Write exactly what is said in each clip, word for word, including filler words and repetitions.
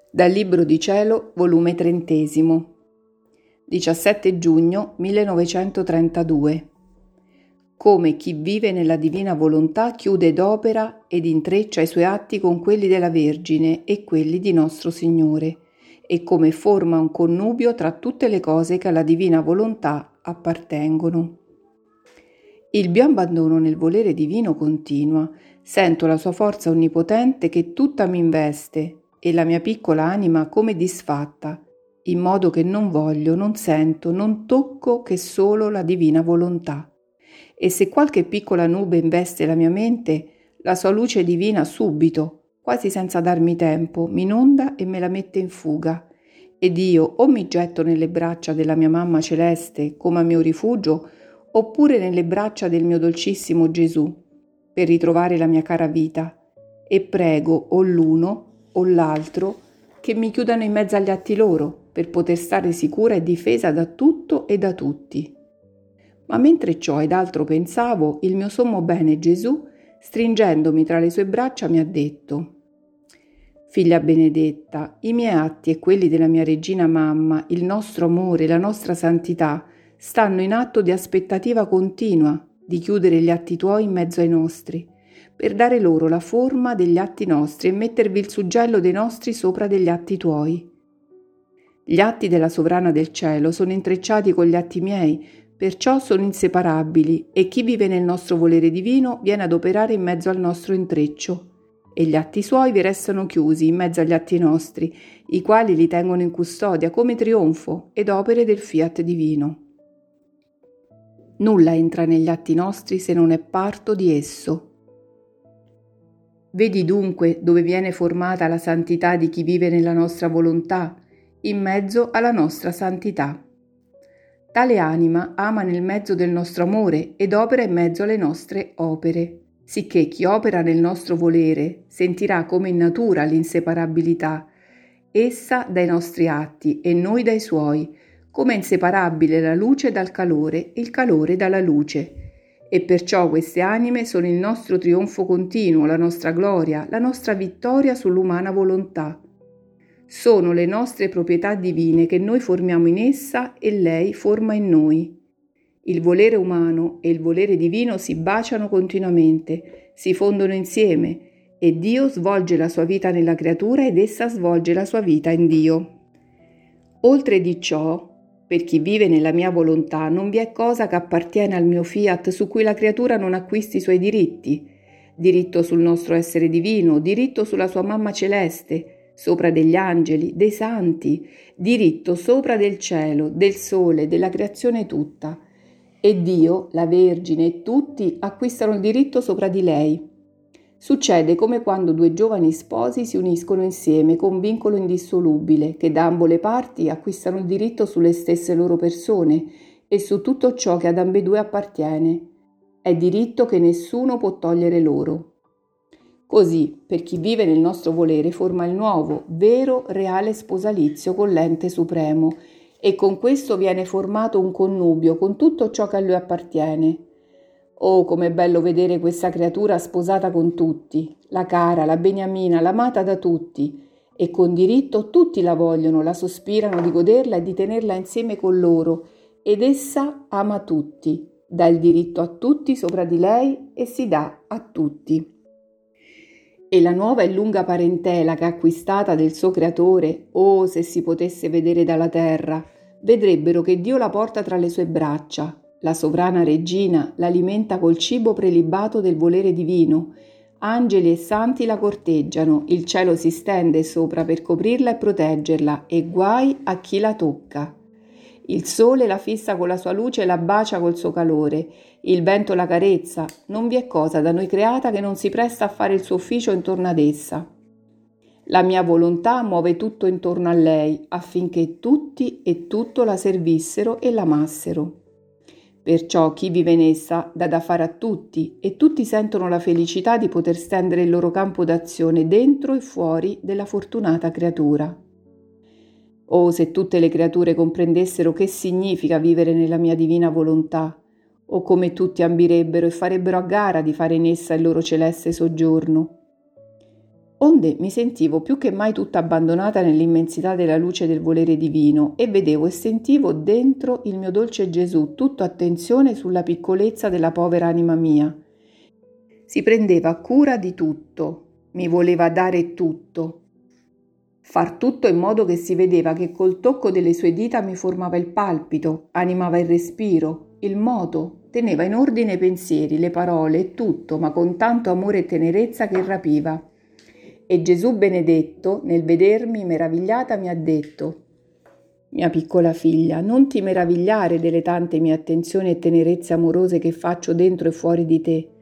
Dal Libro di Cielo, volume trentesimo, diciassette giugno millenovecentotrentadue. Come chi vive nella divina volontà chiude ed opera ed intreccia i suoi atti con quelli della Vergine e quelli di nostro Signore, e come forma un connubio tra tutte le cose che alla divina volontà appartengono. Il mio abbandono nel volere divino continua, sento la sua forza onnipotente che tutta mi investe, e la mia piccola anima come disfatta, in modo che non voglio, non sento, non tocco che solo la divina volontà. E se qualche piccola nube investe la mia mente, la sua luce divina subito, quasi senza darmi tempo, mi inonda e me la mette in fuga. Ed io o mi getto nelle braccia della mia mamma celeste come a mio rifugio, oppure nelle braccia del mio dolcissimo Gesù, per ritrovare la mia cara vita, e prego o l'uno o l'altro che mi chiudano in mezzo agli atti loro, per poter stare sicura e difesa da tutto e da tutti. Ma mentre ciò ed altro pensavo, il mio sommo bene Gesù, stringendomi tra le sue braccia, mi ha detto: «Figlia benedetta, i miei atti e quelli della mia regina mamma, il nostro amore, la nostra santità, stanno in atto di aspettativa continua di chiudere gli atti tuoi in mezzo ai nostri, per dare loro la forma degli atti nostri e mettervi il suggello dei nostri sopra degli atti tuoi. Gli atti della sovrana del cielo sono intrecciati con gli atti miei, perciò sono inseparabili, e chi vive nel nostro volere divino viene ad operare in mezzo al nostro intreccio, e gli atti suoi vi restano chiusi in mezzo agli atti nostri, i quali li tengono in custodia come trionfo ed opere del fiat divino. Nulla entra negli atti nostri se non è parto di esso. Vedi dunque dove viene formata la santità di chi vive nella nostra volontà, in mezzo alla nostra santità. Tale anima ama nel mezzo del nostro amore ed opera in mezzo alle nostre opere, sicché chi opera nel nostro volere sentirà come in natura l'inseparabilità, essa dai nostri atti e noi dai suoi, come è inseparabile la luce dal calore e il calore dalla luce. E perciò queste anime sono il nostro trionfo continuo, la nostra gloria, la nostra vittoria sull'umana volontà. Sono le nostre proprietà divine che noi formiamo in essa e lei forma in noi. Il volere umano e il volere divino si baciano continuamente, si fondono insieme, e Dio svolge la sua vita nella creatura ed essa svolge la sua vita in Dio. Oltre di ciò, per chi vive nella mia volontà non vi è cosa che appartiene al mio fiat su cui la creatura non acquisti i suoi diritti, diritto sul nostro essere divino, diritto sulla sua mamma celeste, sopra degli angeli, dei santi, diritto sopra del cielo, del sole, della creazione tutta. E Dio, la Vergine e tutti acquistano il diritto sopra di lei. Succede come quando due giovani sposi si uniscono insieme con vincolo indissolubile, che da ambo le parti acquistano il diritto sulle stesse loro persone e su tutto ciò che ad ambedue appartiene. È diritto che nessuno può togliere loro. Così, per chi vive nel nostro volere, forma il nuovo, vero, reale sposalizio con l'Ente Supremo, e con questo viene formato un connubio con tutto ciò che a lui appartiene. Oh, com'è bello vedere questa creatura sposata con tutti, la cara, la beniamina, l'amata da tutti, e con diritto tutti la vogliono, la sospirano di goderla e di tenerla insieme con loro, ed essa ama tutti, dà il diritto a tutti sopra di lei e si dà a tutti. E la nuova e lunga parentela che ha acquistata del suo creatore, oh, se si potesse vedere dalla terra, vedrebbero che Dio la porta tra le sue braccia. La sovrana regina l'alimenta col cibo prelibato del volere divino, angeli e santi la corteggiano, il cielo si stende sopra per coprirla e proteggerla, e guai a chi la tocca. Il sole la fissa con la sua luce e la bacia col suo calore, il vento la carezza, non vi è cosa da noi creata che non si presta a fare il suo ufficio intorno ad essa. La mia volontà muove tutto intorno a lei, affinché tutti e tutto la servissero e l'amassero. Perciò chi vive in essa dà da fare a tutti, e tutti sentono la felicità di poter stendere il loro campo d'azione dentro e fuori della fortunata creatura. Oh, se tutte le creature comprendessero che significa vivere nella mia divina volontà, o come tutti ambirebbero e farebbero a gara di fare in essa il loro celeste soggiorno. Onde mi sentivo più che mai tutta abbandonata nell'immensità della luce del volere divino e vedevo e sentivo dentro il mio dolce Gesù tutto attenzione sulla piccolezza della povera anima mia. Si prendeva cura di tutto, mi voleva dare tutto, far tutto in modo che si vedeva che col tocco delle sue dita mi formava il palpito, animava il respiro, il moto, teneva in ordine i pensieri, le parole e tutto, ma con tanto amore e tenerezza che rapiva. E Gesù benedetto, nel vedermi meravigliata, mi ha detto: «Mia piccola figlia, non ti meravigliare delle tante mie attenzioni e tenerezze amorose che faccio dentro e fuori di te.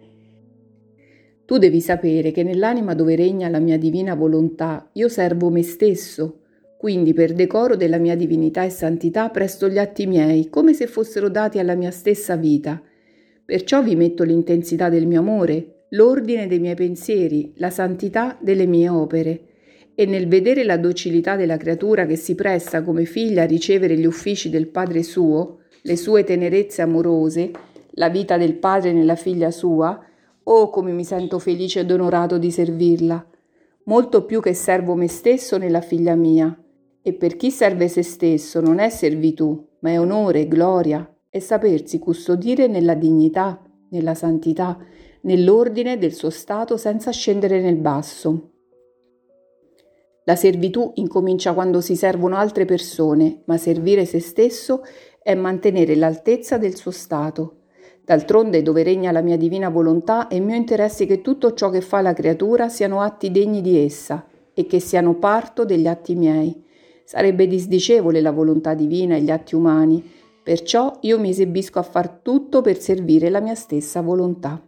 Tu devi sapere che nell'anima dove regna la mia divina volontà io servo me stesso, quindi per decoro della mia divinità e santità presto gli atti miei, come se fossero dati alla mia stessa vita. Perciò vi metto l'intensità del mio amore, l'ordine dei miei pensieri, la santità delle mie opere. E nel vedere la docilità della creatura che si presta come figlia a ricevere gli uffici del Padre suo, le sue tenerezze amorose, la vita del Padre nella figlia sua, oh come mi sento felice ed onorato di servirla, molto più che servo me stesso nella figlia mia. E per chi serve se stesso non è servitù, ma è onore, gloria, e sapersi custodire nella dignità, nella santità, nell'ordine del suo stato senza scendere nel basso. La servitù incomincia quando si servono altre persone, ma servire se stesso è mantenere l'altezza del suo stato. D'altronde, dove regna la mia divina volontà, è mio interesse che tutto ciò che fa la creatura siano atti degni di essa e che siano parto degli atti miei. Sarebbe disdicevole la volontà divina e gli atti umani, perciò io mi esibisco a far tutto per servire la mia stessa volontà.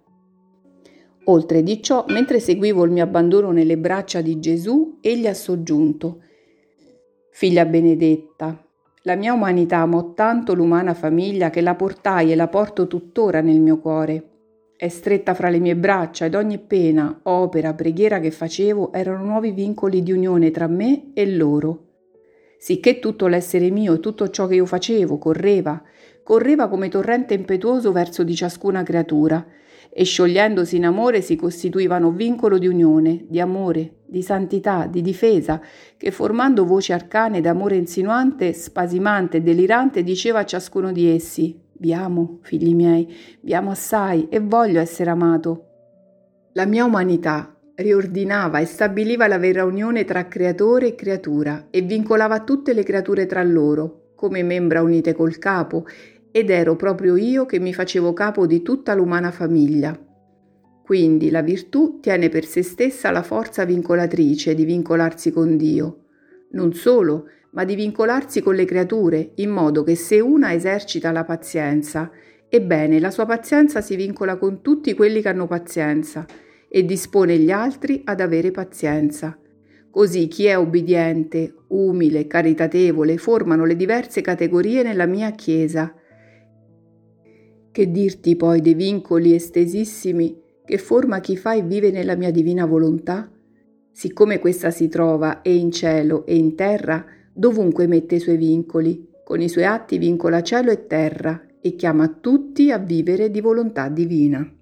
Oltre di ciò, mentre seguivo il mio abbandono nelle braccia di Gesù, egli ha soggiunto: «Figlia benedetta, la mia umanità amò tanto l'umana famiglia che la portai e la porto tuttora nel mio cuore. È stretta fra le mie braccia ed ogni pena, opera, preghiera che facevo erano nuovi vincoli di unione tra me e loro. Sicché tutto l'essere mio e tutto ciò che io facevo correva, correva come torrente impetuoso verso di ciascuna creatura, e sciogliendosi in amore si costituivano vincolo di unione, di amore, di santità, di difesa, che formando voce arcane d'amore insinuante, spasimante e delirante diceva a ciascuno di essi: «Vi amo, figli miei, vi amo assai e voglio essere amato». La mia umanità riordinava e stabiliva la vera unione tra creatore e creatura e vincolava tutte le creature tra loro, come membra unite col capo, ed ero proprio io che mi facevo capo di tutta l'umana famiglia. Quindi la virtù tiene per se stessa la forza vincolatrice di vincolarsi con Dio. Non solo, ma di vincolarsi con le creature, in modo che se una esercita la pazienza, ebbene la sua pazienza si vincola con tutti quelli che hanno pazienza e dispone gli altri ad avere pazienza. Così chi è obbediente, umile, caritatevole formano le diverse categorie nella mia Chiesa. Che dirti poi dei vincoli estesissimi che forma chi fa e vive nella mia divina volontà? Siccome questa si trova e in cielo e in terra, dovunque mette i suoi vincoli, con i suoi atti vincola cielo e terra e chiama tutti a vivere di volontà divina.